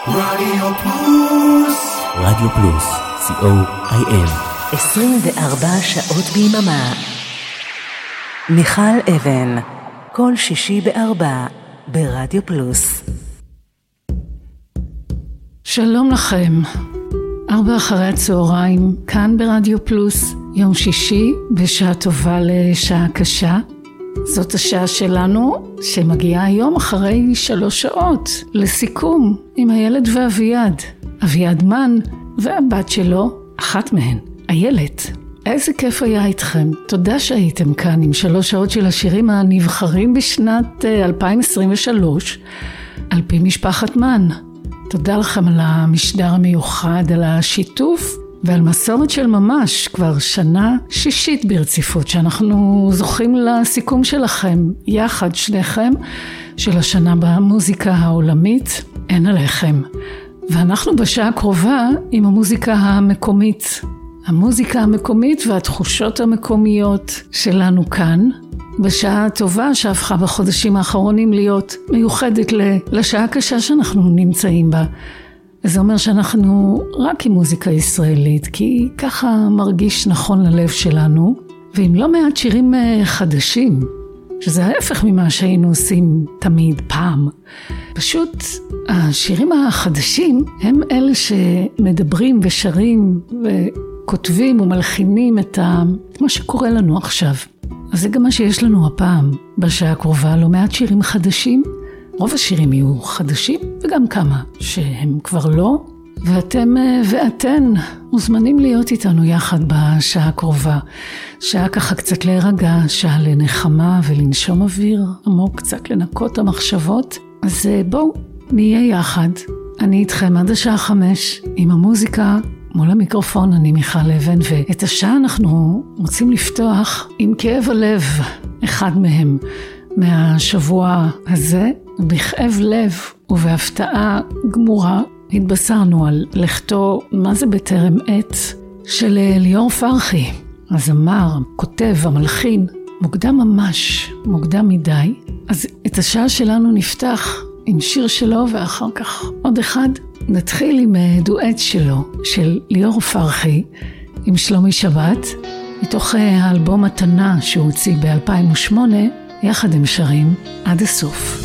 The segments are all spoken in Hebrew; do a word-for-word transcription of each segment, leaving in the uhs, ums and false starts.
רדיו פלוס, רדיו פלוס, סי או איי אל. עשרים וארבע שעות ביממה. מיכל אבן, כל שישי בארבע, ברדיו פלוס. שלום לכם, ארבע אחרי הצהריים, כאן ברדיו פלוס, יום שישי, בשעה טובה לשעה קשה. זאת השעה שלנו, שמגיעה היום אחרי שלוש שעות, לסיכום עם הילד ואביעד. אביעד מן והבת שלו, אחת מהן, איילת. איזה כיף היה איתכם. תודה שהייתם כאן עם שלוש שעות של השירים הנבחרים בשנת אלפיים עשרים ושלוש, על פי משפחת מן. תודה לכם על המשדר המיוחד, על השיתוף ועל מסורת של ממש, כבר שנה שישית ברציפות, שאנחנו זוכים לסיכום שלכם, יחד שניכם, של השנה במוזיקה העולמית, אין עליכם. ואנחנו בשעה הקרובה עם המוזיקה המקומית. המוזיקה המקומית והתחושות המקומיות שלנו כאן, בשעה טובה שהפכה בחודשים האחרונים להיות מיוחדת לשעה הקשה שאנחנו נמצאים בה. זה אומר שאנחנו רק עם מוזיקה ישראלית, כי ככה מרגיש נכון ללב שלנו, ועם לא מעט שירים חדשים, שזה ההפך ממה שהיינו עושים תמיד פעם. פשוט השירים החדשים הם אלה שמדברים ושרים וכותבים ומלחינים את מה שקורה לנו עכשיו. אז זה גם מה שיש לנו הפעם, בשעה הקרובה, לא מעט שירים חדשים. רוב השירים יהיו חדשים, וגם כמה שהם כבר לא. ואתם ואתן מוזמנים להיות איתנו יחד בשעה הקרובה. שעה ככה קצת להירגע, שעה לנחמה ולנשום אוויר עמוק, קצת לנקות המחשבות. אז בואו נהיה יחד. אני איתכם עד השעה חמש עם המוזיקה. מול המיקרופון אני מיכל אבן, ואת השעה אנחנו רוצים לפתוח עם כאב הלב, אחד מהם מהשבוע הזה. בכאב לב ובהפתעה גמורה התבשרנו על לכתו מה זה בטרם עת של ליאור פרחי, הזמר, כותב, המלחין, מוקדם ממש, מוקדם מדי. אז את השעה שלנו נפתח עם שיר שלו, ואחר כך עוד אחד. נתחיל עם דואט שלו, של ליאור פרחי, עם שלומי שבת, מתוך האלבום מתנה שהוא הוציא ב-אלפיים ושמונה, יחד עם שרים עד הסוף.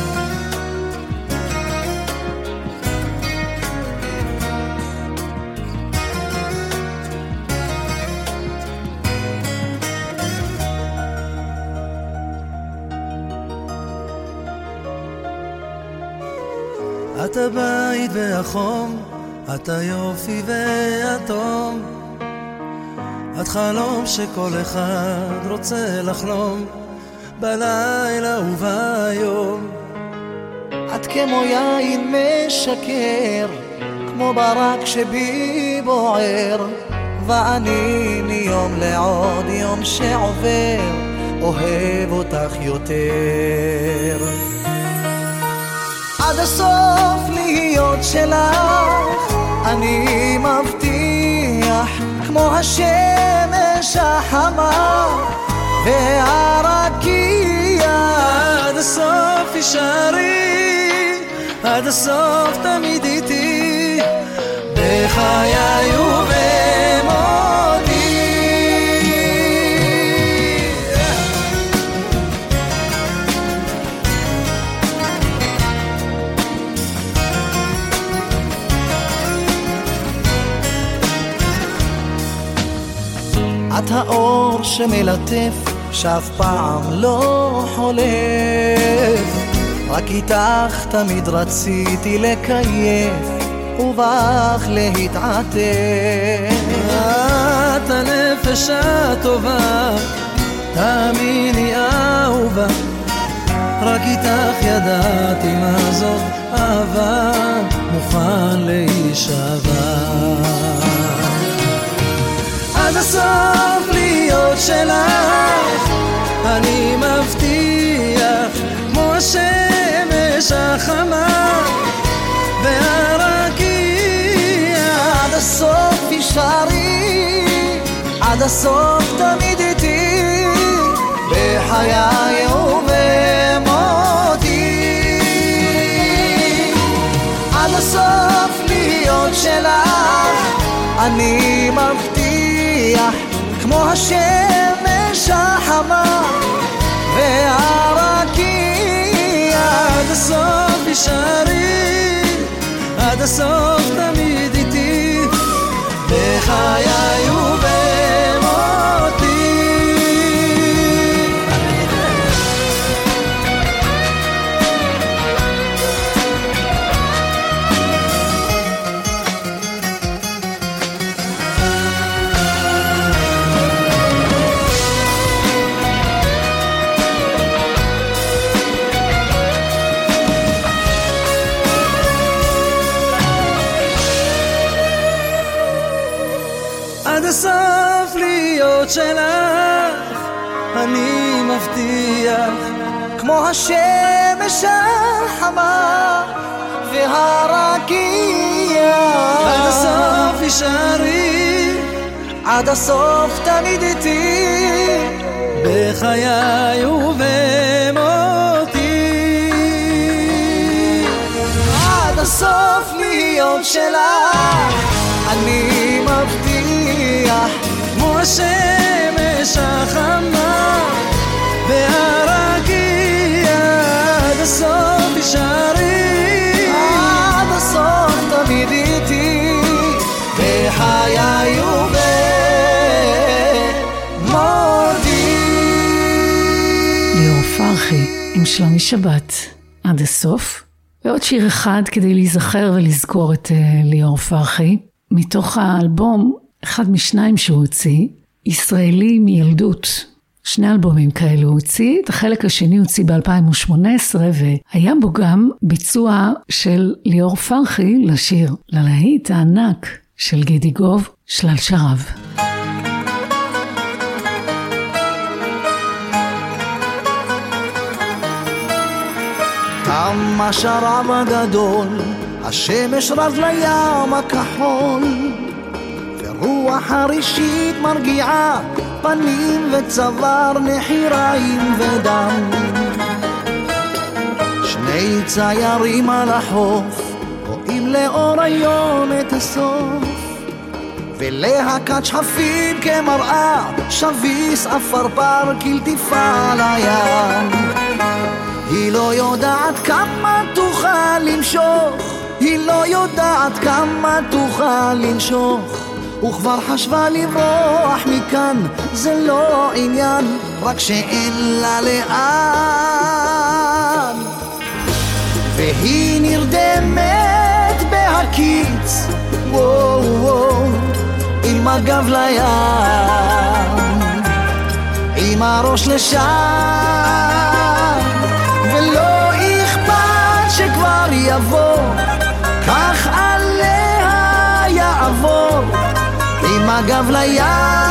את הבית והחום, את היופי והתום, את חלום שכל אחד רוצה לחלום, בלילה וביום. את כמו יין משקר, כמו ברק שבי בוער, ואני מיום לעוד יום שעובר אוהב אותך יותר. עד הסוף להיות שלך אני מבטיח, כמו השמש החמה והרקיע. עד הסוף ישארי, עד הסוף תמיד איתי, בחיי ובמותי. את האור שמלטף שאף פעם לא חולף, רק איתך תמיד רציתי לקייף ובך להתעטף. את הנפש הטובה, תאמיני אהובה, רק איתך ידעתי מה זאת אהבה, מוכן להישבע. עד הסוף להיות שלך אני מבטיח, כמו השמש החמה והרקיע. עד הסוף ישארי, עד הסוף תמיד איתי, בחיי ובמותי. עד עד הסוף להיות שלך, אני מבטיח, כמו השמש החמה והרקיע. עד הסוף ישארי, עד הסוף תמיד איתי, בחיי ובמותי. עד הסוף להיות שלך, אני מבטיח, כמו השמש החמה והרקיע. עד הסוף ישארי, עד הסוף תמיד איתי, בחיי ובמותי. עד הסוף להיות שלך, אני מבטיח, כמו השמש החמה והרקיע. עד הסוף ישארי, עד הסוף תמיד איתי, בחיי ובמותי. ליאור פרחי עם שלומי שבת, עד הסוף. ועוד שיר אחד כדי להיזכר ולזכור את uh, ליאור פרחי, מתוך האלבום, אחד משניים שהוא הוציא, ישראלי מילדות. שני אלבומים כאלו הוא הוציא, את החלק השני הוא הוציא ב-אלפיים ושמונה עשרה, והיה בו גם ביצוע של ליאור פרחי לשיר, ללהיט הענק של גידי גוב, שלל שרב. כמה שרב הגדול, השמש רז לים הכחול, ורוח הראשית מרגיעה פנים וצוואר, נחיריים ודם. שני ציירים על החוף רואים לאור היום את הסוף, ולהקת שחפים כמראה שביס אפרפר כלטיפה לים. היא לא יודעת כמה תוכל למשוך, היא לא יודעת כמה תוכל לנשוך, וכבר חשבה לברוח מכאן, זה לא עניין, רק שאין לה לאן. והיא נרדמת בהקיץ, וואו וואו, עם הגב לים, עם הראש לשם, ולא אכפת שכבר יבוא, כך עליה יעבור, עם הגב לים,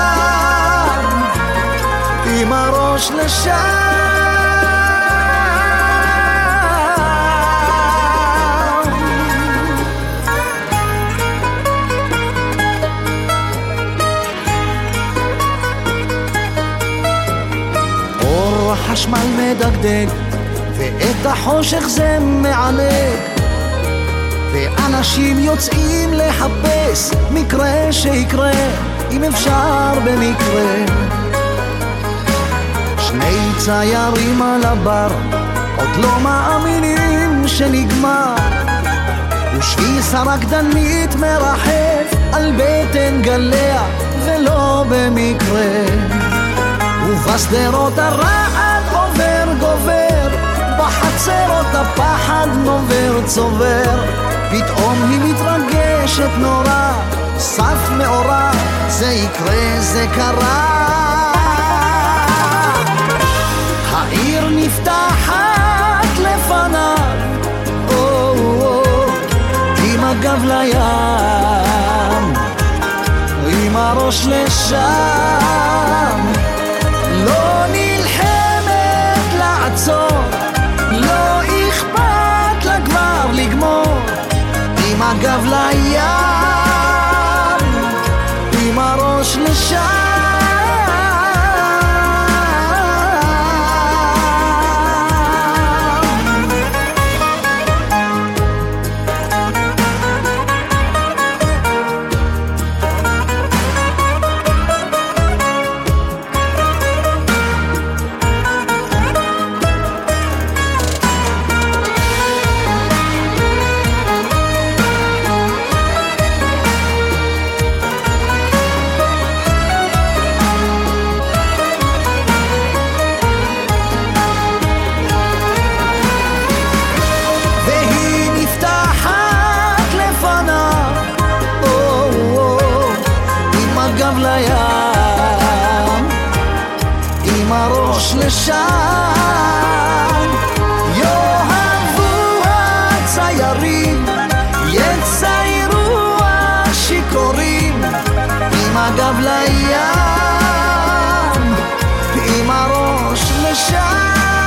עם הראש לשם. אור החשמל מדגדג ואת החושך זה מענג, ואנשים יוצאים לחפש מקרה שיקרה, אם אפשר במקרה. שני ציירים על הבר עוד לא מאמינים שנגמר, ושביס הרקדנית מרחף על בטן גליה ולא במקרה. ובשדרות הרעד עובר גובר, בחצרות הפחד נובר צובר, פתאום היא מתרגשת נורא, סף מאורע, זה יקרה, זה קרה. העיר נפתחת לפניו, או, או, עם הגב לים, עם הראש לשם, לא נלחמת לעצור, לא אכפת לה כבר לגמור, עם הגב לים, עם הראש לשם. ישן, יאהבו הציירים, יציירו השיכורים, עם הגב לים, עם הראש לשם.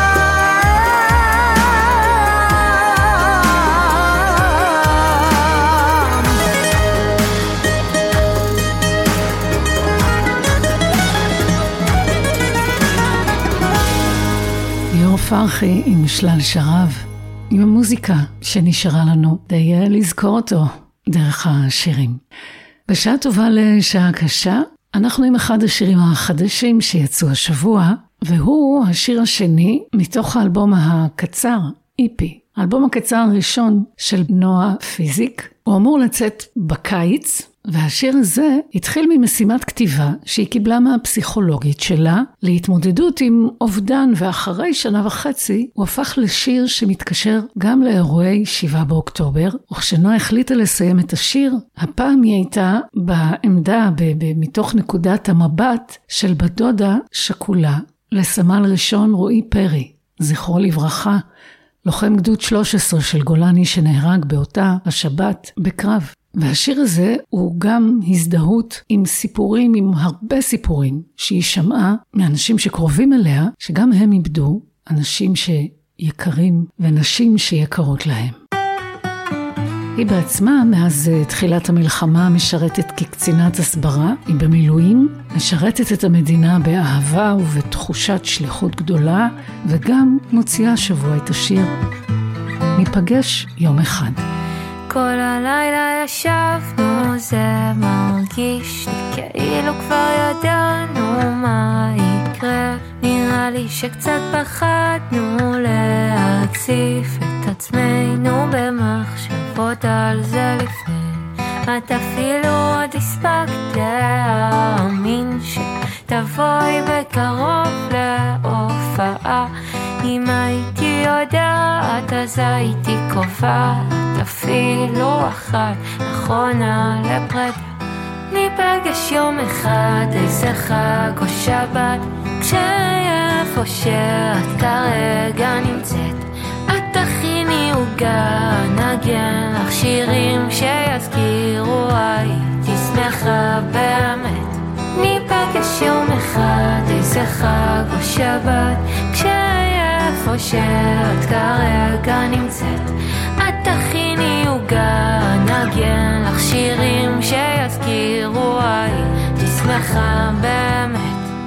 פרחי עם שלל שרב, עם המוזיקה שנשארה לנו, די לזכור אותו דרך השירים. בשעה טובה לשעה קשה, אנחנו עם אחד השירים החדשים שיצאו השבוע, והוא השיר השני מתוך האלבום הקצר, איפי. האלבום הקצר הראשון של נועה פיזיק, הוא אמור לצאת בקיץ, והשיר הזה התחיל ממשימת כתיבה שהיא קיבלה מהפסיכולוגית שלה להתמודדות עם אובדן, ואחרי שנה וחצי הוא הפך לשיר שמתקשר גם לאירועי שבעה באוקטובר, וכשנועה החליטה לסיים את השיר, הפעם היא הייתה בעמדה מתוך נקודת המבט של בדודה שקולה לסמל ראשון רועי פרי, זכרו לברכה, לוחם גדוד שלוש עשרה של גולני שנהרג באותה השבת בקרב. והשיר הזה הוא גם הזדהות עם סיפורים, עם הרבה סיפורים שהיא שמעה מאנשים שקרובים אליה, שגם הם איבדו אנשים שיקרים ונשים שיקרות להם. היא בעצמה מאז תחילת המלחמה משרתת כקצינת הסברה, היא במילואים, משרתת את המדינה באהבה ובתחושת שליחות גדולה, וגם מוציאה שבוע את השיר ניפגש יום אחד. כל הלילה ישבנו, זה מרגיש לי כאילו כבר ידענו מה יקרה. נראה לי שקצת פחדנו להציף את עצמנו במחשבות על זה לפני. את אפילו עוד הספקת להאמין שתבואי בקרוב להופעה. אם הייתי יודעת אז הייתי קובעת אפילו אחת נכונה לפרדה. ניפגש יום אחד, איזה חג או שבת, כשאיפה שאת כרגע נמצאת. את תכיני עוגה, נגן לך שירים שיזכירו, הייתי שמחה באמת. ניפגש יום אחד, איזה חג או שבת, כשאיפה שאת כרגע נמצאת. את תכיני עוגה, נגן לך שירים שיזכירו, הייתי שמחה באמת.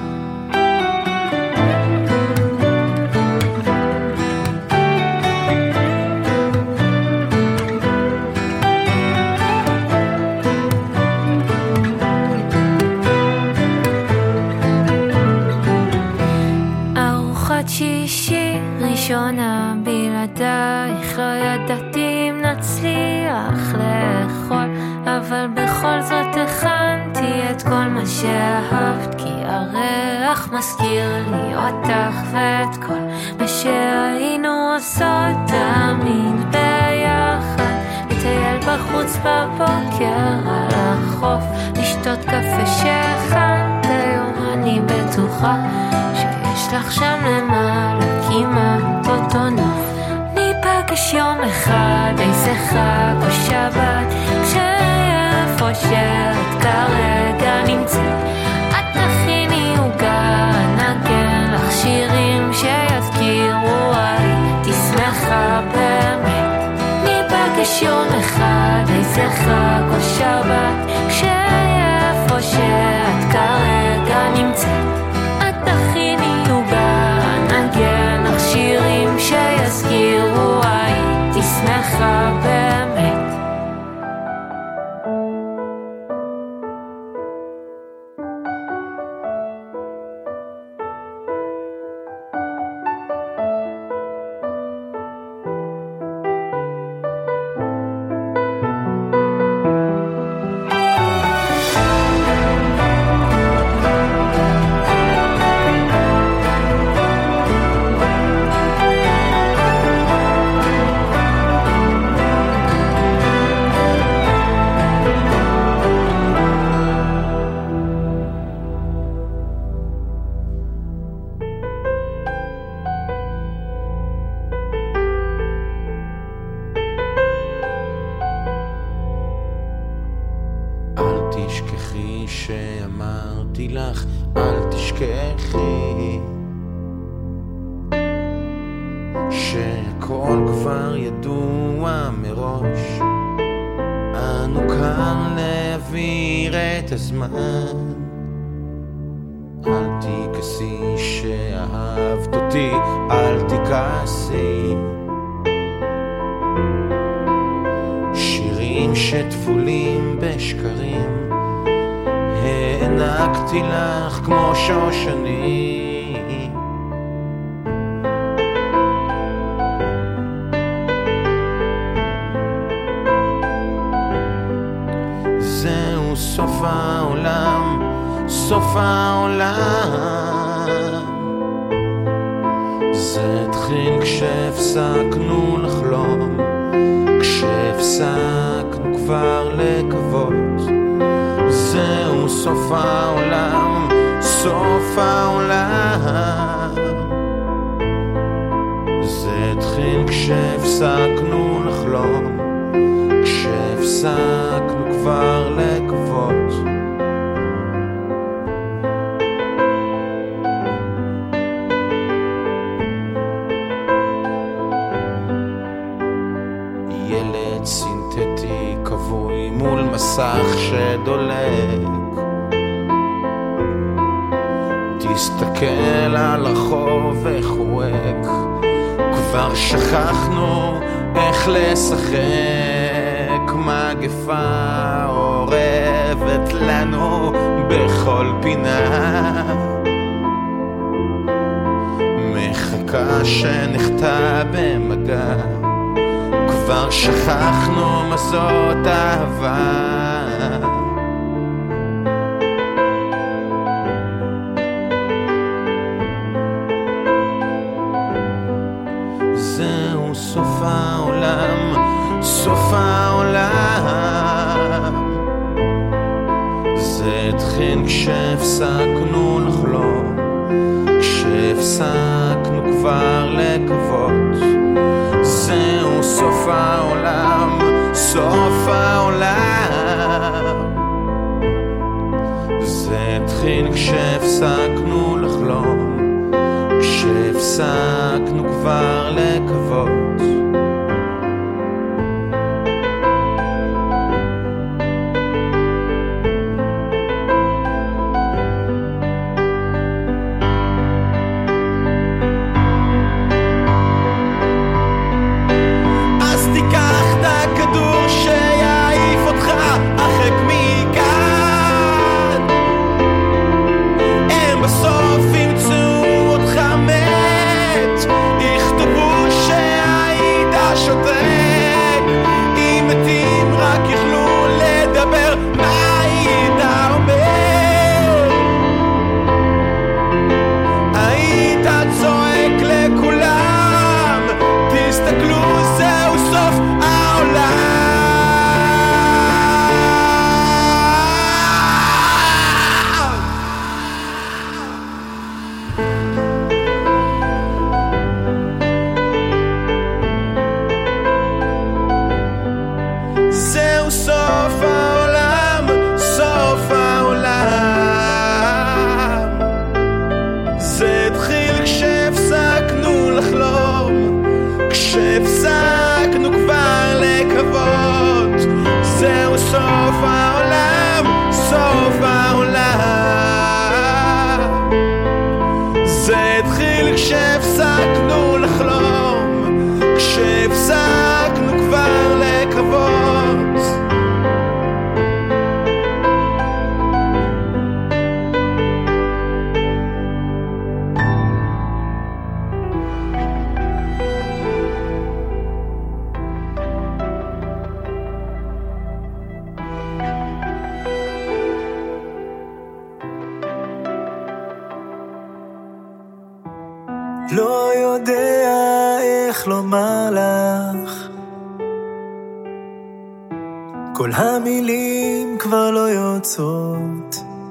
שישי ראשונה בלעדייך, לא ידעתי אם נצליח לאכול, אבל בכל זאת הכנתי את כל מה שאהבת, כי הריח מזכיר לי אותך ואת כל מה שהיינו עושות תמיד ביחד. לטייל בחוץ בבוקר על החוף, לשתות קפה שהכנת היום, אני בטוחה יש לך שם למעלה כמעט אותו נוף. ניפגש יום אחד, איזה חג או שבת, כשאיפה שאת כרגע נמצאת. את תכיני עוגה, נגן לך שירים שיזכירו, הייתי שמחה באמת. ניפגש יום אחד, איזה חג או שבת, כשאיפה שאת כרגע נמצאת. נגן לך שירים שיזכירו, הייתי שמחה באמת. שאמרתי לך אל תשכחי שהכל כבר ידוע מראש, אנו כאן להעביר את הזמן. אל תכעסי שאהבת אותי, אל תכעסי. שירים שטפולים בשקרים הענקתי לך כמו שושני. זהו סוף העולם, סוף העולם. זה התחיל כשהפסקנו לחלום, כשהפסקנו כבר לקוות. זהו סוף העולם, סוף העולם. זה התחיל כשהפסקנו לחלום, כשהפסקנו כבר לקוות. ילד סינתטי כבוי מול מסך שדולק, תסתכל על הרחוב וחורק, כבר שכחנו איך לשחק. מגפה אורבת לנו בכל פינה, מחכה שנחתה במגע, כבר שכחנו מה זאת אהבה. זהו סוף העולם, סוף העולם. זה התחיל כשהפסקנו לחלום, כשהפסקנו כבר לקוות. זהו סוף העולם, סוף העולם. זה התחיל כשהפסקנו לחלום, כשהפסקנו כבר לקוות. לא יודע איך לומר לך, כל המילים כבר לא יוצאות,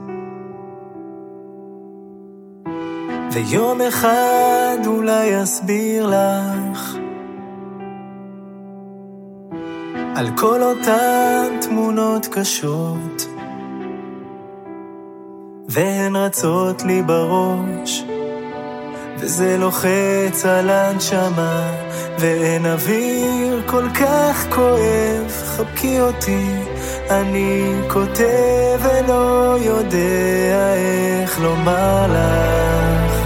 ויום אחד אולי אסביר לך על כל אותן תמונות קשות והן רצות לי בראש, וזה לוחץ על הנשמה, ואין אוויר כל כך כואב. חבקי אותי, אני כותב ולא יודע איך לומר לך.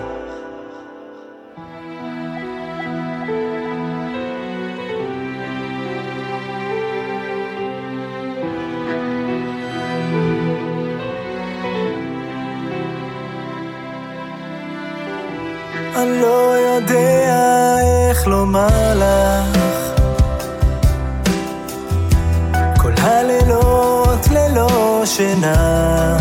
אני לא יודע איך לומר לך. כל הלילות ללא שינה,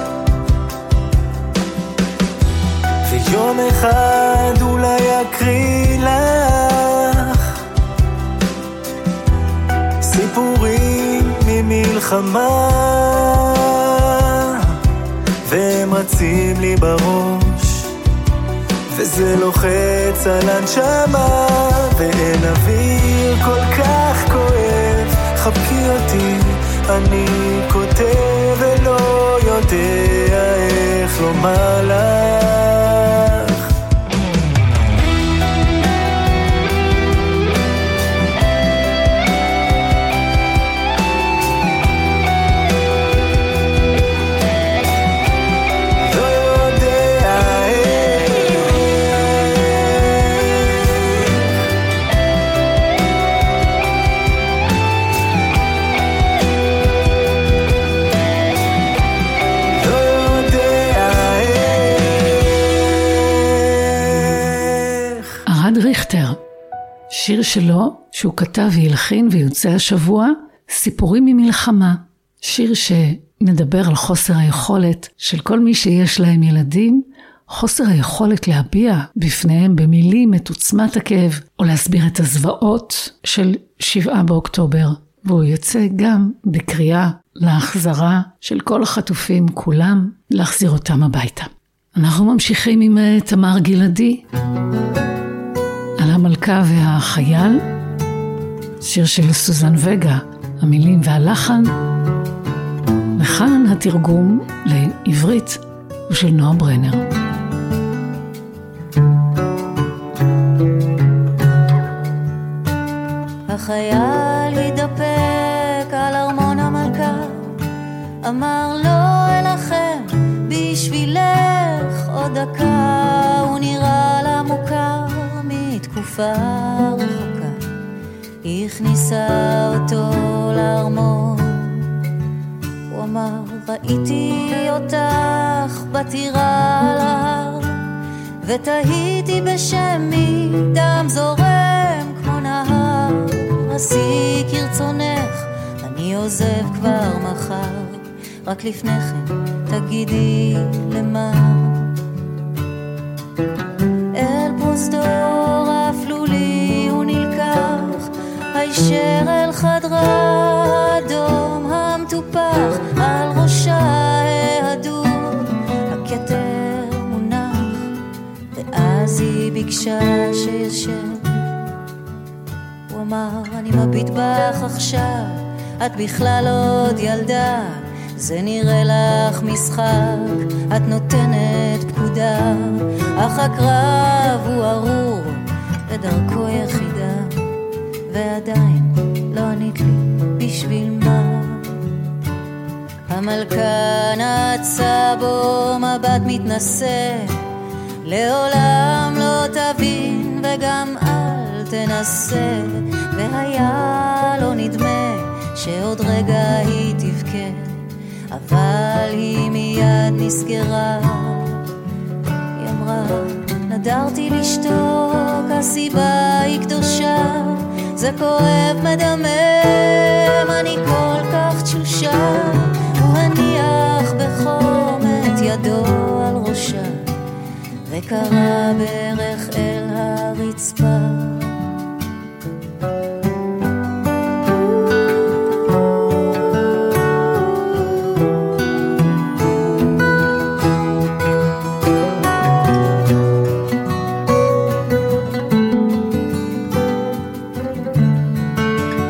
ויום אחד אולי אקריא לך סיפורים ממלחמה, והם רצים לי בראש, וזה לוחץ על הנשמה, ואין אוויר כל כך כואב. חבקי אותי, אני כותב ולא יודע איך לומר לך. שיר שלו שהוא כתב והלחין ויוצא השבוע, סיפורים ממלחמה. שיר שמדבר על חוסר היכולת של כל מי שיש להם ילדים, חוסר היכולת להביע בפניהם במילים את עוצמת הכאב, או להסביר את הזוועות של שבעה באוקטובר. והוא יוצא גם בקריאה להחזרה של כל החטופים כולם, להחזיר אותם הביתה. אנחנו ממשיכים עם תמר גלעדי, על המלכה והחייל, שיר של סוזן וגה, המילים והלחן, וכאן התרגום לעברית הוא של נועה ברנר. החייל התדפק על ארמון המלכה, אמר לו אלחם בשבילך עוד דקה. הוא נראה לה מוכר מתקופה רחוקה, היא הכניסה אותו לארמון. הוא אמר ראיתי אותך בטירה על ההר, ותהיתי בשמי דם זורם כמו נהר. עשי כרצונך, אני עוזב כבר מחר, רק לפני כן תגידי למה. אל פרוזדור האפלולי הוא נלקח, הישר אל חדרה האדום המטופח, על ראשה האדום הכתר מונח, ואז היא ביקשה שישב. הוא אמר אני מביט בך עכשיו, את בכלל עוד ילדה, זה נראה לך משחק, את נותנת פקודה, אך הקרב הוא ארור ודרכו יחידה, ועדיין לא ענית לי בשביל מה. המלכה נעצה בו מבט מתנשא, לעולם לא תבין וגם אל תנסה, והיה לא נדמה שעוד רגע היא תבכה, אבל היא מיד נסגרה. היא אמרה נדרתי לשתוק, הסיבה היא קדושה, זה כואב מדמם, אני כל כך תשושה. הוא הניח בחום את ידו על ראשה, וקרא בערך אל הרצפה.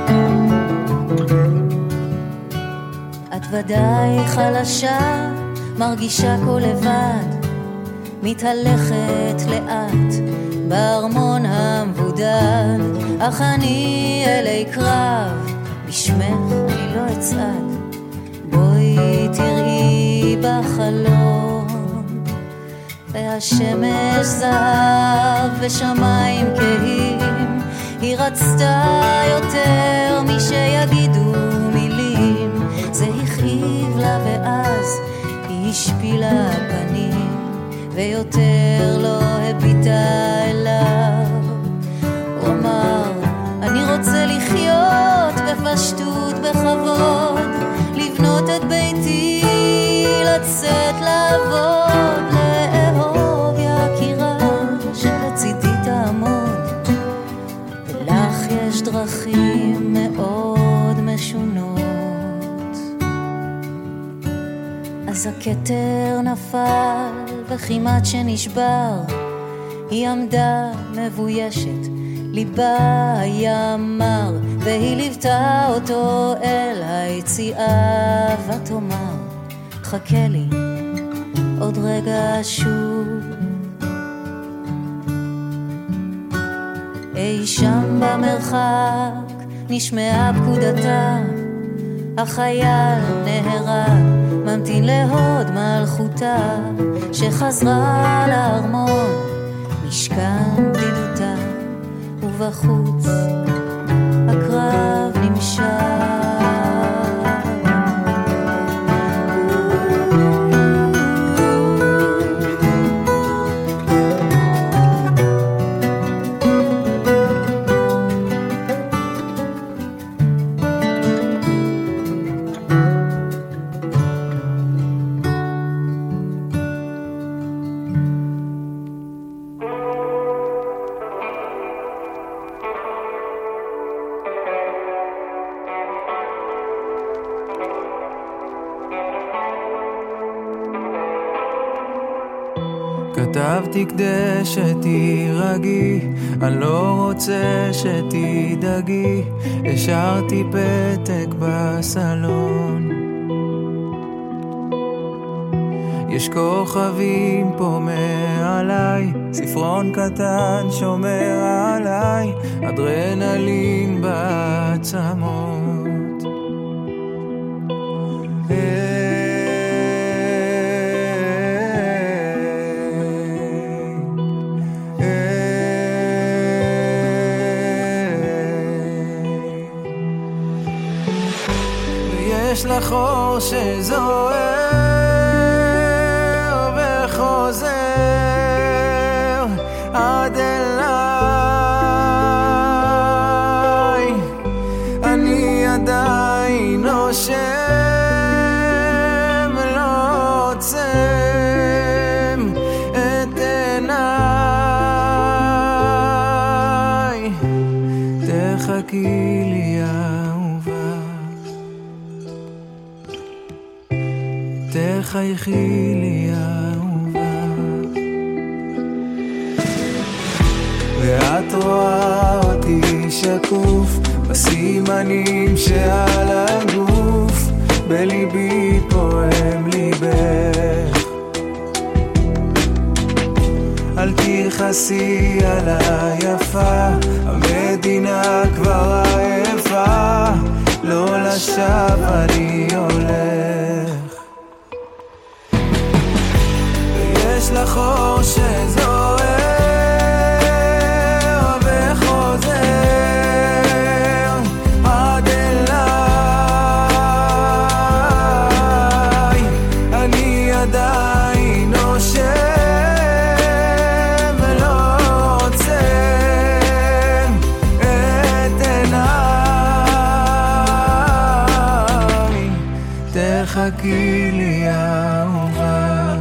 את ודאי חלשה, מרגישה כל לבד, מתהלכת לאט בארמון המבודד, אך אני אלי קרב, בשמך אני לא אצעד, בואי תראי בחלום, והשמש זהב ושמיים כהים, היא רצתה יותר משיגידו מילים, זה הכאיב לה ואז היא השפילה פנים, ויותר לא הביטה אליו. הוא אמר, אני רוצה לחיות בפשטות, בכבוד, לבנות את ביתי, לצאת לעבוד, לאהוב יקירה שלצידי תעמוד, ולך יש דרכים מאוד משונות. אז הכתר נפל וכמעט שנשבר, היא עמדה מבוישת, ליבה היה מר, והיא ליוותה אותו אל היציאה ותאמר, חכה לי עוד רגע שוב. אי שם במרחק נשמעה פקודתה, החייל נהרג, ממתין להוד מלכותה, שחזרה לארמון משכן בדידותה, ובחוץ הקרב נמשך. כתבתי כדי שתירגעי, אני לא רוצה שתדאגי, השארתי פתק בסלון, יש כוכבים פה מעליי, ספרון קטן שומר עליי, אדרנלין בעצמות. יש לך אור שזוהר וחוזר עד אליי, אני עדיין נושם לא עוצם את עיניי, תחכי לי תחייכי לי אהובה, ואת רואה אותי שקוף בסימנים שעל הגוף, בליבי פועם ליבך, אל תכעסי על היפה, המדינה כבר עייפה, לא לשווא אני הולך. יש לך אור שזוהר וחוזר עד אליי, אני עדיין נושם ולא עוצם את עיניי, תחכי לי אהובה,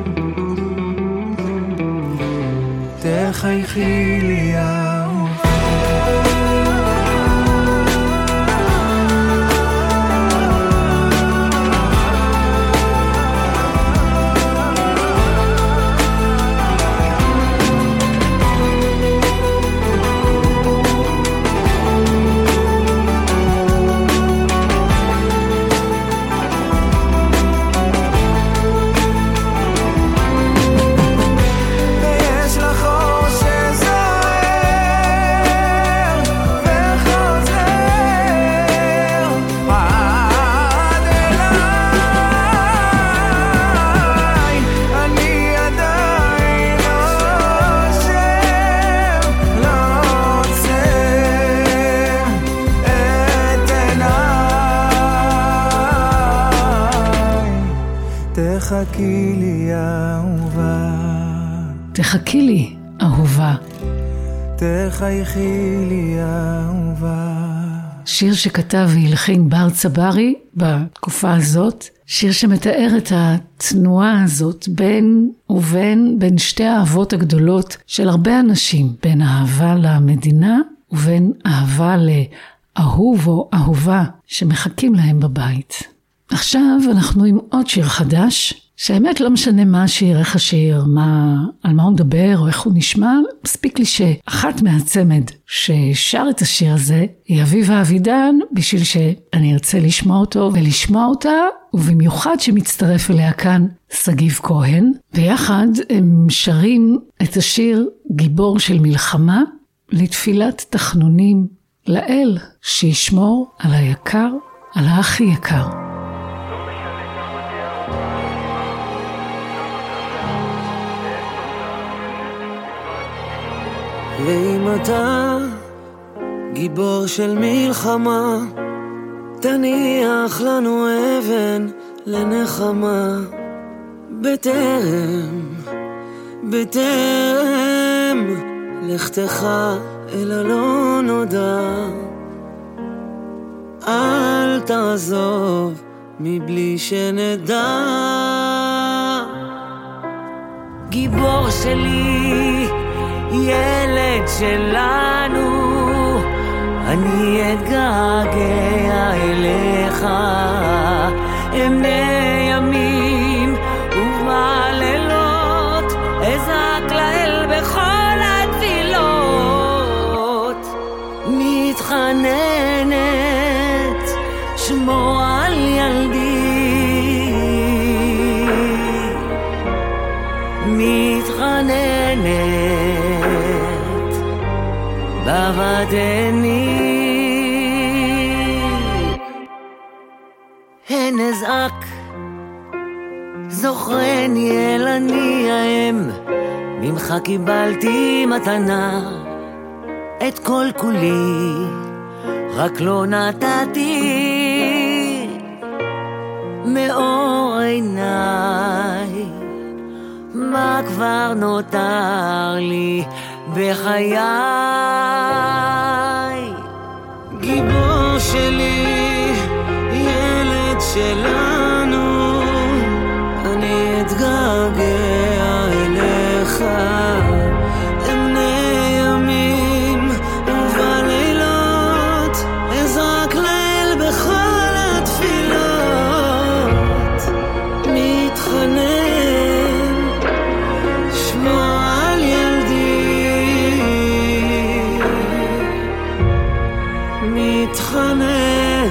תחייכי לי אהובה. תחכי לי אהובה, תחכי לי אהובה, תחייכי לי אהובה. שיר שכתב והלחין בר צברי בתקופה הזאת, שיר שמתאר את התנועה הזאת בין ובין, בין שתי האהבות הגדולות של הרבה אנשים, בין אהבה למדינה ובין אהבה לאהוב או אהובה שמחכים להם בבית. עכשיו אנחנו עם עוד שיר חדש, שהאמת לא משנה מה השיר, איך השיר, מה, על מה הוא מדבר או איך הוא נשמע, מספיק לי שאחת מהצמד ששר את השיר הזה היא אביבה אבידן, בשביל שאני ארצה לשמוע אותו ולשמוע אותה, ובמיוחד שמצטרף אליה כאן סגיב כהן, ויחד הם שרים את השיר גיבור של מלחמה לתפילת תחנונים לאל שישמור על היקר, על הכי יקר. ואם אתה גיבור של מלחמה, תניח לנו אבן לנחמה, בטרם, בטרם לכתך אל הלא נודע. אל תעזוב מבלי שנדע. גיבור שלי, ילד שלנו, אני אתגעגע אליך, אמני ימים ובלילות, אזעק לאל בכל התפילות, מתחננת שמור על ילדי, מתחננת בבדני, הן אזעק זוכרני אל אני האם, ממך קיבלתי מתנה את כל כולי, רק לא נתתי מאור עיניי. מה כבר נותר לי בחיי? גיבור שלי, ילד שלנו, אני אתגעגע אליך, אמני ימים ובלילות, אזעק ליל בכל התפילות, מתחנן שמור על ילדי, מתחנן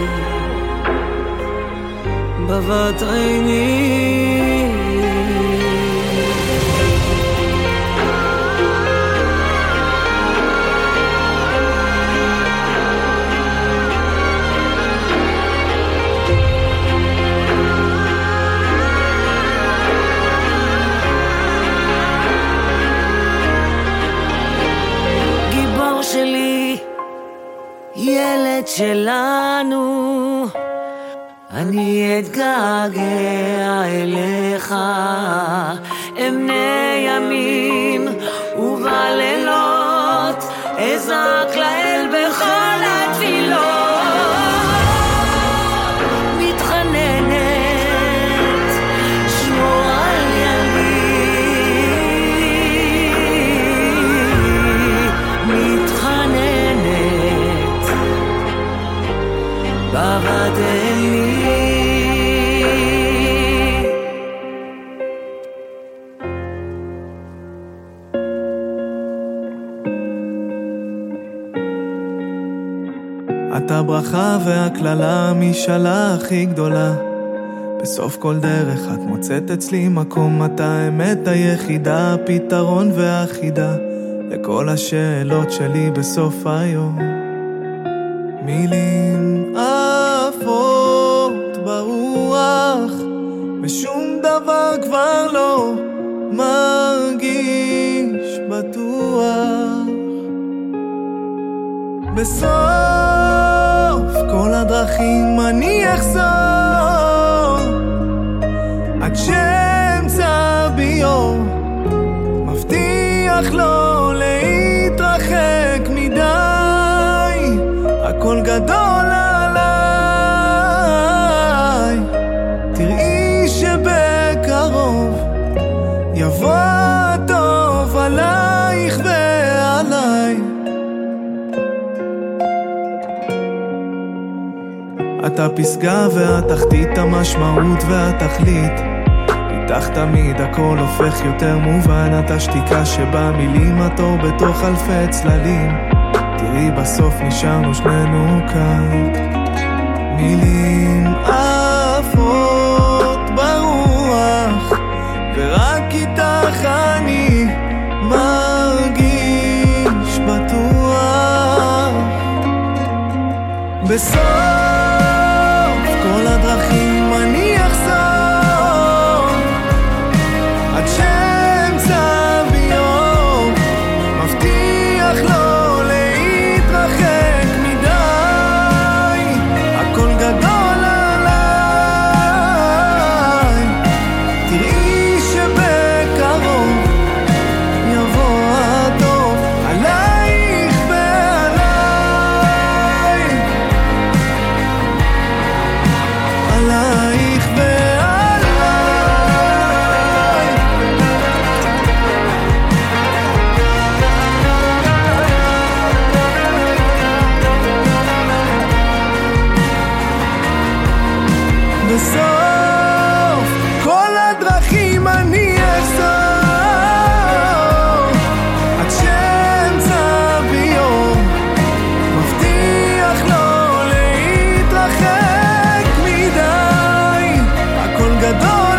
בבת עיני. גיבור שלי, ילד שלנו, אני אתגעגע אליך, אמני ימים ובלילות, אזעק לאל בכל התפילות, מתחננת שמור על ילדי, מתחננת בבדני. אתה ברכה והכללה, משאלה הכי גדולה. בסוף כל דרך את מוצאת אצלי מקום, אתה האמת היחידה, הפתרון והחידה לכל השאלות שלי בסוף היום. מילים עפות ברוח, ושום דבר כבר לא מרגיש בטוח. בסוף כל הדרכים אני אחזור, עד ש... מבטיח לא להתרחק מדי, הכל גדול עליי. תראי שבקרוב יבוא הטוב עלייך ועליי. אתה פסגה והתחתית, המשמעות והתכלית, איתך תמיד הכל הופך יותר מובן. אתה שתיקה שבמילים, התור בתוך אלפי צללים. תראי בסוף נשארנו שנינו כאן, מילים עפות ברוח, ורק איתך אני מרגיש בטוח. בסוף כל הדרכים אני אחזור, עד שאמצא ביום, מבטיח לא להתרחק מדי, הכל גדול עליי. תראי שבקרוב יבוא הטוב עלייך ועליי, עלייך ועליי. בסוף כל הדרכים אני אחזור, עד שאמצא ביום, מבטיח לא להתרחק מדי, הכל גדול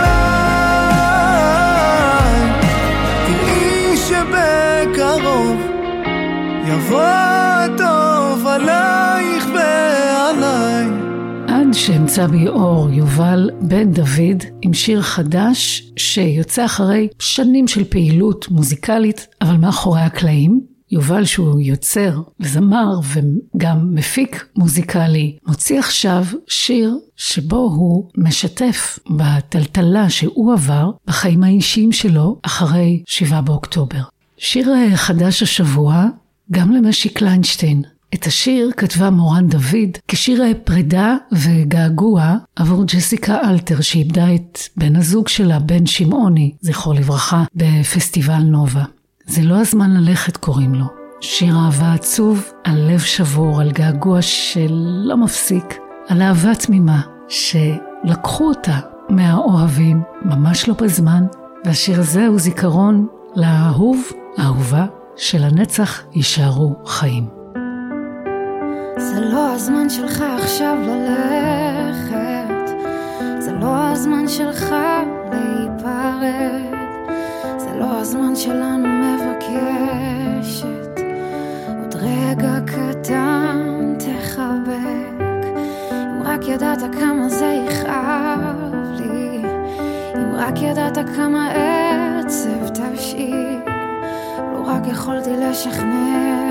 עליי. תראי שבקרוב יבוא הטוב עלייך ועליי. עד שאמצא בי אור, יובל בן דוד עם שיר חדש שיוצא אחרי שנים של פעילות מוזיקלית, אבל מאחורי הקלעים. יובל שהוא יוצר וזמר וגם מפיק מוזיקלי, מוציא עכשיו שיר שבו הוא משתף בטלטלה שהוא עבר בחיים האישיים שלו אחרי שבעה באוקטובר. שיר חדש השבוע גם למשי קליינשטיין. את השיר כתבה מורן דוד כשיר פרידה וגעגוע עבור ג'סיקה אלתר, שאיבדה את בן הזוג שלה, בן שמעוני, זכרו לברכה, בפסטיבל נובה. זה לא הזמן ללכת קוראים לו. שיר אהבה עצוב, על לב שבור, על געגוע שלא מפסיק, על אהבה תמימה שלקחו אותה מהאוהבים ממש לא בזמן, והשיר הזה הוא זיכרון לאהוב, האהובה, שלנצח יישארו חיים. זה לא הזמן שלך עכשיו ללכת, זה לא הזמן שלך להיפרד, זה לא הזמן שלנו מבקשת, עוד רגע קטן תחבק. אם רק ידעת כמה זה יכאב לי, אם רק ידעת כמה עצב תשאיר, לא רק יכולתי לשכנע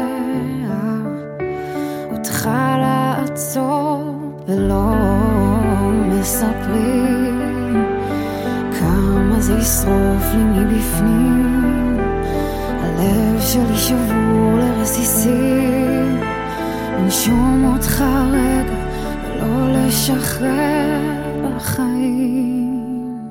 אותך לעצור ולא מספרים כמה זה ישרוף לי מבפנים. הלב שלי שבור לרסיסים, לנשום אותך רגע ולא לשחרר בחיים.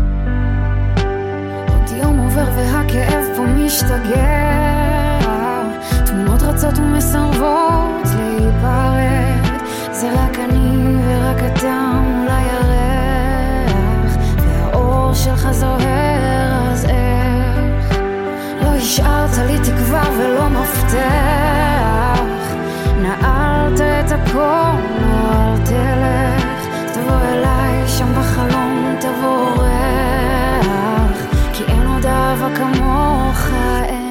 עוד יום עובר והכאב פה משתגע, תמונות רצות ומסרבות להיפרד, זה רק אני ורק אתה מול הירח, והאור שלך זוהר, אז איך לא השארת לי תקווה ולא מפתח, נעלת את הכל, לא אל תלך, תבוא אליי שם בחלום, תבוא ריח, כי אין עוד אהבה כמוך אין.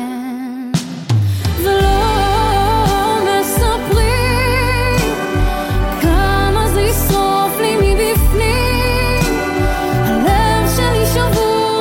שבוע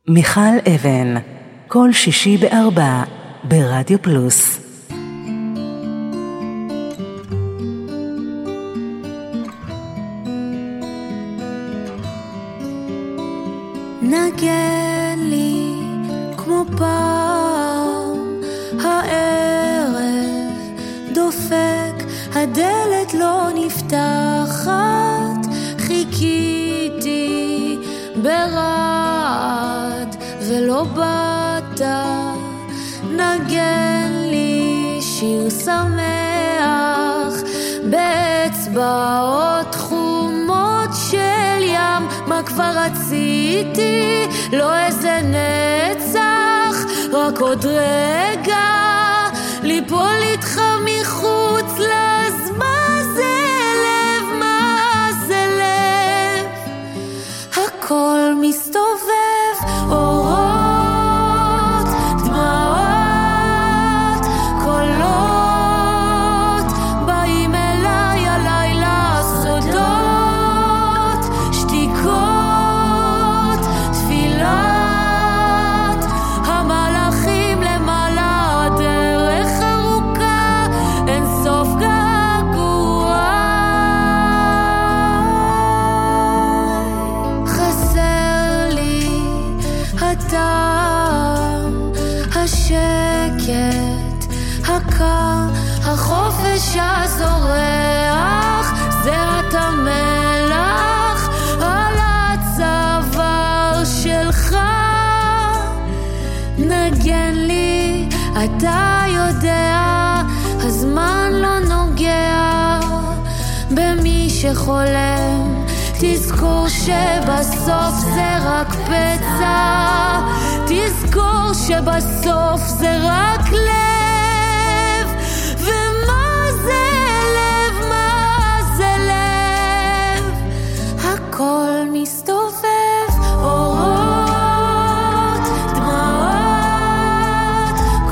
מיכל אבן, כל שישי בארבע, ברדיו פלוס. נגן לי כמו פעם, הערב דופק, הדלת לא נפתחת, חיכיתי ברעד ולא באת, נגן לי שיר שמח באצבעות חומות של ים, מה כבר רציתי, לא איזה נצח, רק עוד רגע ליפול איתך מחוץ לז, מה זה לב, מה זה לב, הכל מסתובב, אורות, דמעות, קולות, באים אליי הלילה, סודות, שתיקות, תפילת, המלאכים למעלה, דרך ארוכה, אין סוף געגוע, חסר לי הטעם, השקט, הקר, החופש הזורח, זה אתה מלח על הצוואר שלך, נגן לי, אתה יודע, הזמן לא נוגע במי שחולם, תזכור שבסוף זה רק פצע, תזכור שבסוף זה רק לב, ומה זה לב, מה זה לב, הכל מסתובב, אורות, דמעות,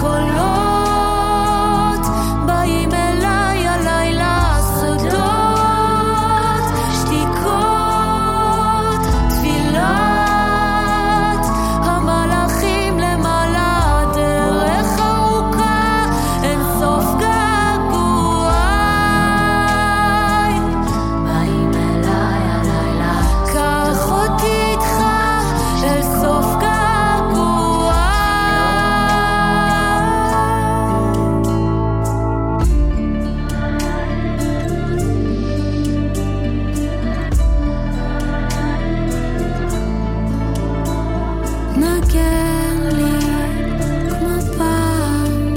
קולות, באים אליי הלילה, סודות, שתיקות, תפילת, המלאכים למעלה, דרך ארוכה, אין סוף געגוע, באים אליי הלילה, קח אותי איתך אל סוף געגוע. נגן לי כמו פעם,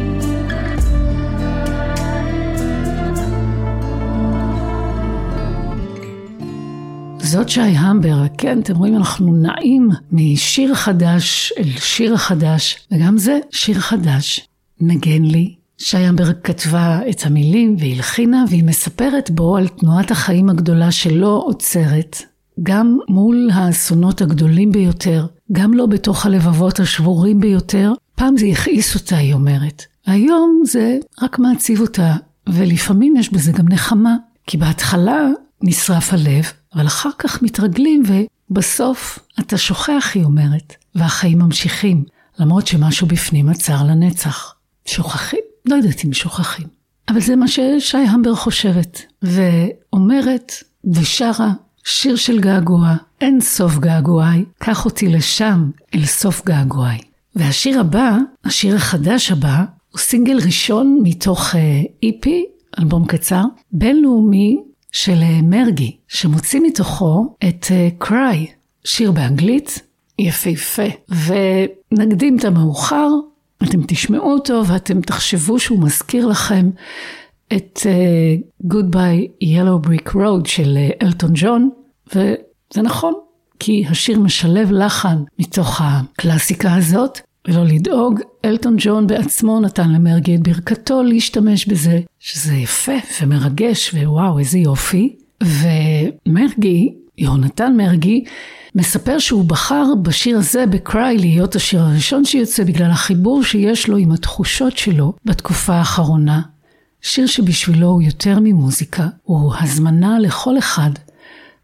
זאת שי המבר, כן, אתם רואים, אנחנו נעים משיר חדש אל שיר חדש, וגם זה שיר חדש, נגן לי. שי המבר כתבה את המילים והלחינה, והיא מספרת בו על תנועת החיים הגדולה שלא עוצרת, גם מול האסונות הגדולים ביותר, גם לא בתוך הלבבות השבורים ביותר. פעם זה יכעיס אותה, היא אומרת. היום זה רק מעציב אותה, ולפעמים יש בזה גם נחמה, כי בהתחלה נשרף הלב, אבל אחר כך מתרגלים, ובסוף אתה שוכח, היא אומרת, והחיים ממשיכים, למרות שמשהו בפנים עצר לנצח. שוכחים? לא יודעת אם שוכחים. אבל זה מה ששי המבר חושבת, ואומרת ושרה שיר של געגוע, אין סוף געגועי, קח אותי לשם, אל סוף געגועי. והשיר הבא, השיר החדש הבא, הוא סינגל ראשון מתוך אי פי, אלבום קצר, בינלאומי של מרגי, שמוציא מתוכו את Cry, שיר באנגלית, יפהפה. ונקדים את המאוחר, אתם תשמעו אותו ואתם תחשבו שהוא מזכיר לכם את uh, Goodbye Yellow Brick Road של uh, אלטון ג'ון, וזה נכון, כי השיר משלב לחן מתוך הקלאסיקה הזאת, ולא לדאוג, אלטון ג'ון בעצמו נתן למרגי את ברכתו להשתמש בזה, שזה יפה ומרגש, ווואו, איזה יופי. ומרגי, יהונתן מרגי, מספר שהוא בחר בשיר הזה בקריי להיות השיר הראשון שיוצא בגלל החיבור שיש לו עם התחושות שלו בתקופה האחרונה. שיר שבשבילו הוא יותר ממוזיקה, הוא הזמנה לכל אחד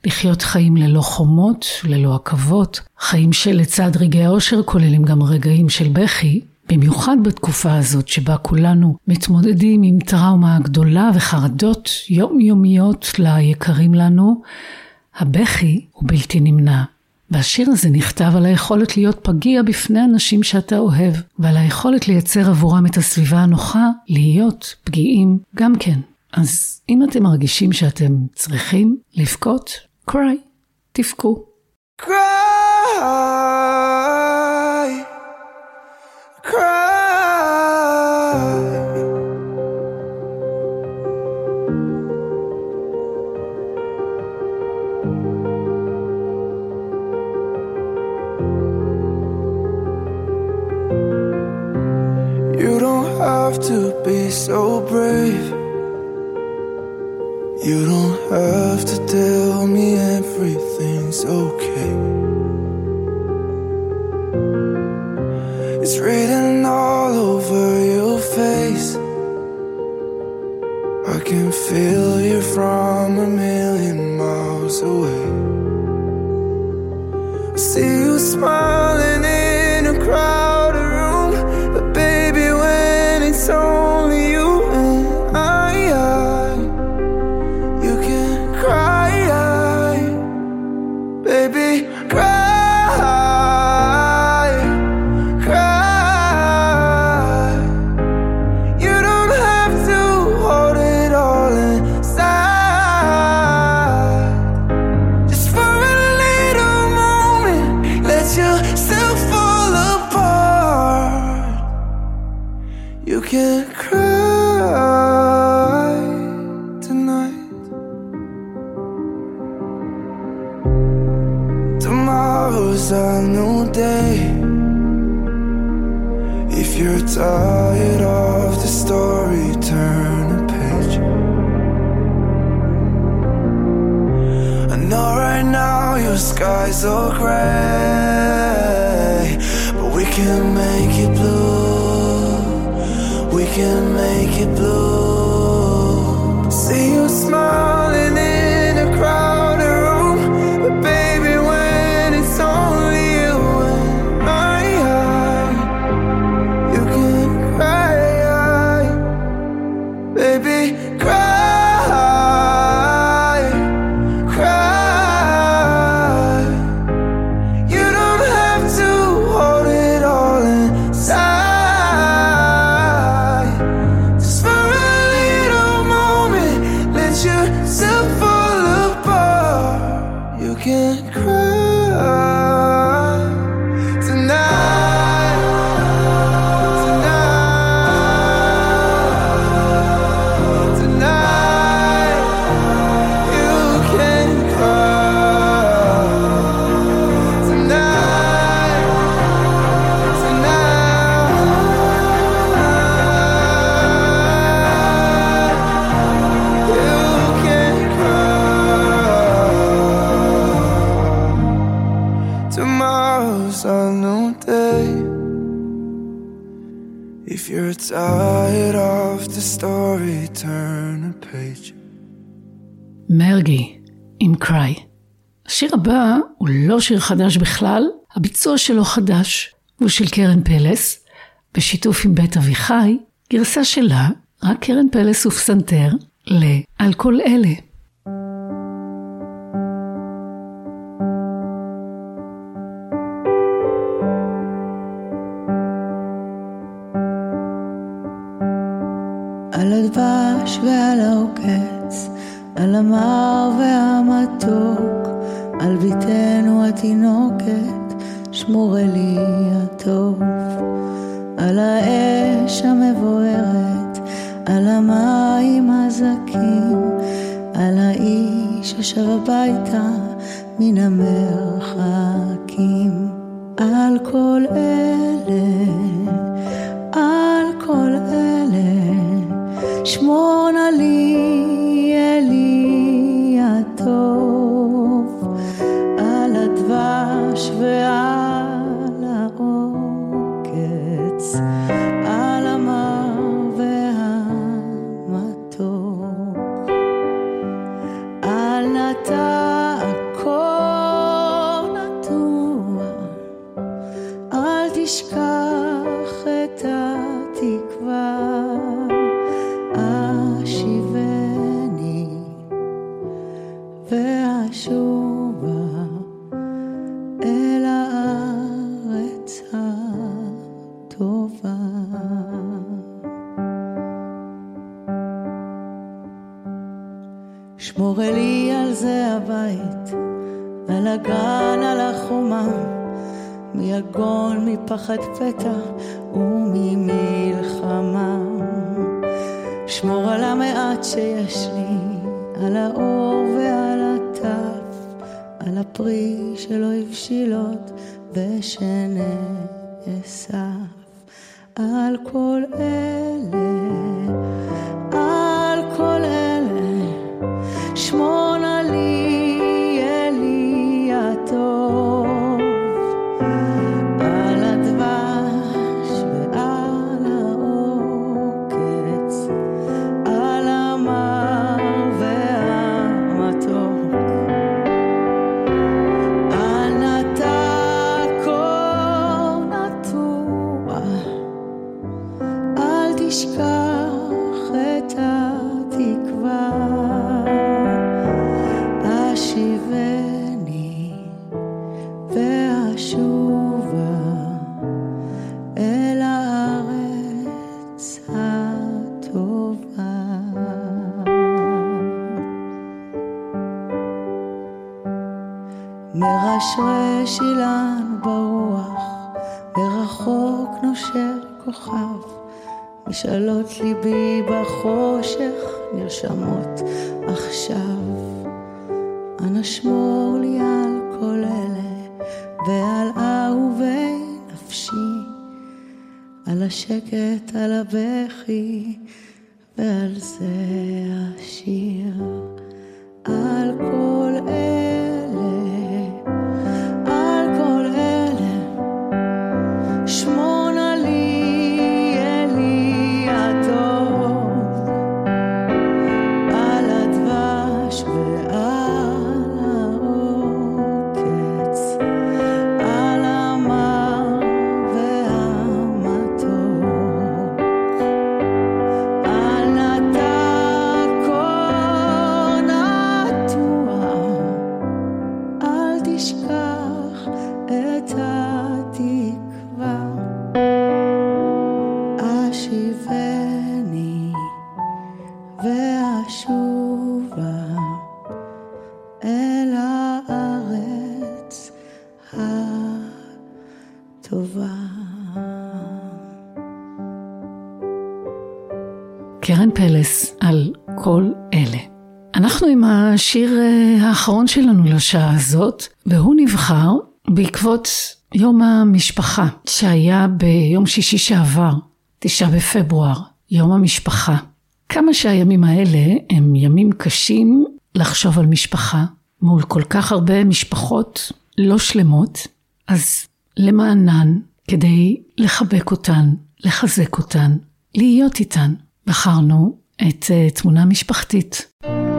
לחיות חיים ללא חומות, ללא עכבות, חיים שלצד רגעי האושר כוללים גם רגעים של בכי, במיוחד בתקופה הזאת שבה כולנו מתמודדים עם טראומה גדולה וחרדות יומיומיות ליקרים לנו, הבכי הוא בלתי נמנע. והשיר הזה נכתב על היכולת להיות פגיע בפני אנשים שאתה אוהב, ועל היכולת לייצר עבורם את הסביבה הנוחה, להיות פגיעים גם כן. אז אם אתם מרגישים שאתם צריכים לבכות, cry, תבכו. Cry, cry. You don't have to be so brave. You don't have to tell me everything's okay. It's written all over your face. I can feel you from a million miles away. I see you smiling in a crowded room, but baby, when it's only you and I, I you can cry, I, baby, cry. You can't cry tonight. Tomorrow's a new day. If you're tired of the story, turn a page. I know right now your skies are gray, but we can make it blue. We can make it blue. See you smiling in a crowded room, but baby, when it's only you and I, I you can cry, baby, cry, cry. You don't have to hold it all inside. Yourself fall apart. You can't cry tonight, tonight, tonight. You can't cry tonight, tonight. You tomorrow's a new day. If you're tired of the story, turn a page. מרגי עם cry. השיר הבא הוא לא שיר חדש בכלל, הביצוע שלו חדש, הוא של קרן פלס, בשיתוף עם בית אביחי, גרסה שלה, רק קרן פלס ופסנתר, ל"על כל אלה". על הדבש ועל העוקץ, על המר והמתוק, על ביתנו התינוקת, שמור לי הטוב. על האש המבוערת, על המים הזקים, על האיש אשר הביתה מן המרחקים. על כל אלה, על כל אלה, שמור נא לי אלי הטוב. על הדבש ועל העוקץ, על המר והמתוק, על נטע שמור לי על זה הבית, על הגן, על החומה, מיגון, מפחד פתע וממלחמה. שמור על המעט שיש לי, על האור ועל הטף, על הפרי שלא הבשילות ושנאסף. על כל אלה, על כל אלה, שמונה לי אלי הטוב, על הדבש ועל העוקץ, על המר והמתוק, על נתק או נטוע, אל תשכח את התקווה. אשיבני ואשובה אל הארץ הטובה. מרשרש אילן ברוח, מרחוק נושר כוכב, משאלות ליבי בחושך נרשמות עכשיו. אנא שמור לי על כל אלה ועל אהובי נפשי, על השקט, על הבכי ועל זה השיר. על כל אלה, על כל אלה, שמונה לי אלי הטוב, על הדבש ועל העוקץ, על המר והמתוק, על נתק או נטוע, אל תשכח את התקווה. אשיבני ואשובה אל הארץ הטובה. קרן פלס על כל אלה. אנחנו עם השיר האחרון שלנו לשעה הזאת, והוא נבחר בעקבות יום המשפחה שהיה ביום שישי שעבר, תשעה בפברואר, יום המשפחה. כמה שהימים האלה הם ימים קשים לחשוב על משפחה, מול כל כך הרבה משפחות לא שלמות, אז למענן, כדי לחבק אותן, לחזק אותן, להיות איתן, בחרנו את uh, תמונה משפחתית.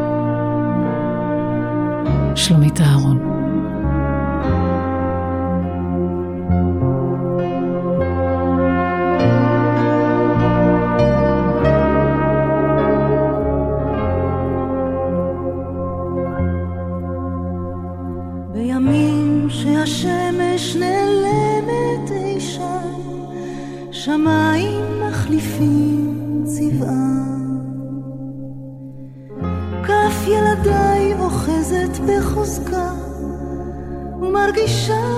שלומית אהרון. בימים שהשמש נעלמת אי שם, שמיים מחליפים צבעם, כף ילדיי אוחזת בחוזקה ומרגישה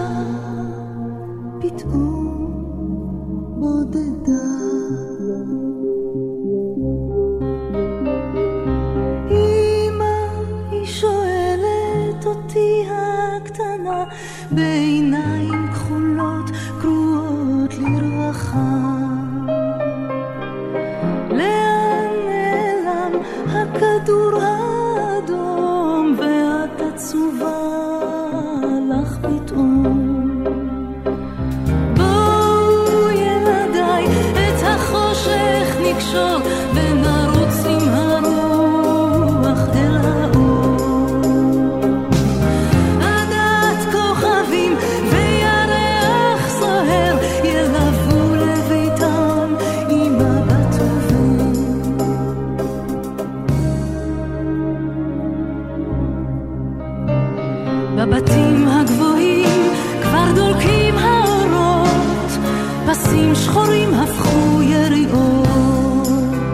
פתאום בודדה. אמא היא שואלת אותי הקטנה בעיניים כחולות קרועות לרווחה, לאן נעלם הכדור האדום ואת עצובה לך פתאום. בואו ילדיי את החושך נקשור ונרוץ עם הרוח אל האור, עדת כוכבים וירח סוער ילוו לביתם עם מבט עובר. בבתים הגבוהים כבר דולקים האורות, פסים שחורים הפכו יריעות,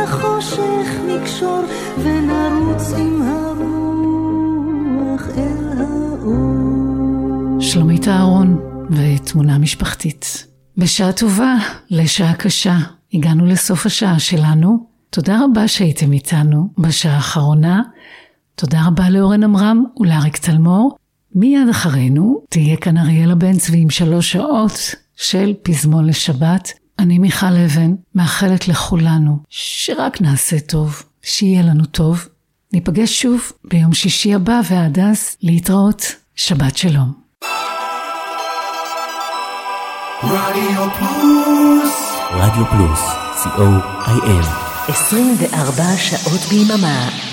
החושך נקשור ונרוץ עם הרוח אל האור. שלומית אהרון ותמונה משפחתית. בשעה טובה לשעה קשה. הגענו לסוף השעה שלנו. תודה רבה שהייתם איתנו בשעה האחרונה. תודה רבה לאורן אמרם ולאריק תלמור. מיד אחרינו תהיה כאן אריאלה בן צבי עם שלוש שעות של פזמון לשבת. אני מיכל אבן, מאחלת לכולנו שרק נעשה טוב, שיהיה לנו טוב. ניפגש שוב ביום שישי הבא, ועד אז להתראות. שבת שלום. רדיו פלוס רדיו פלוס, סי או איי אם. עשרים וארבע שעות ביממה.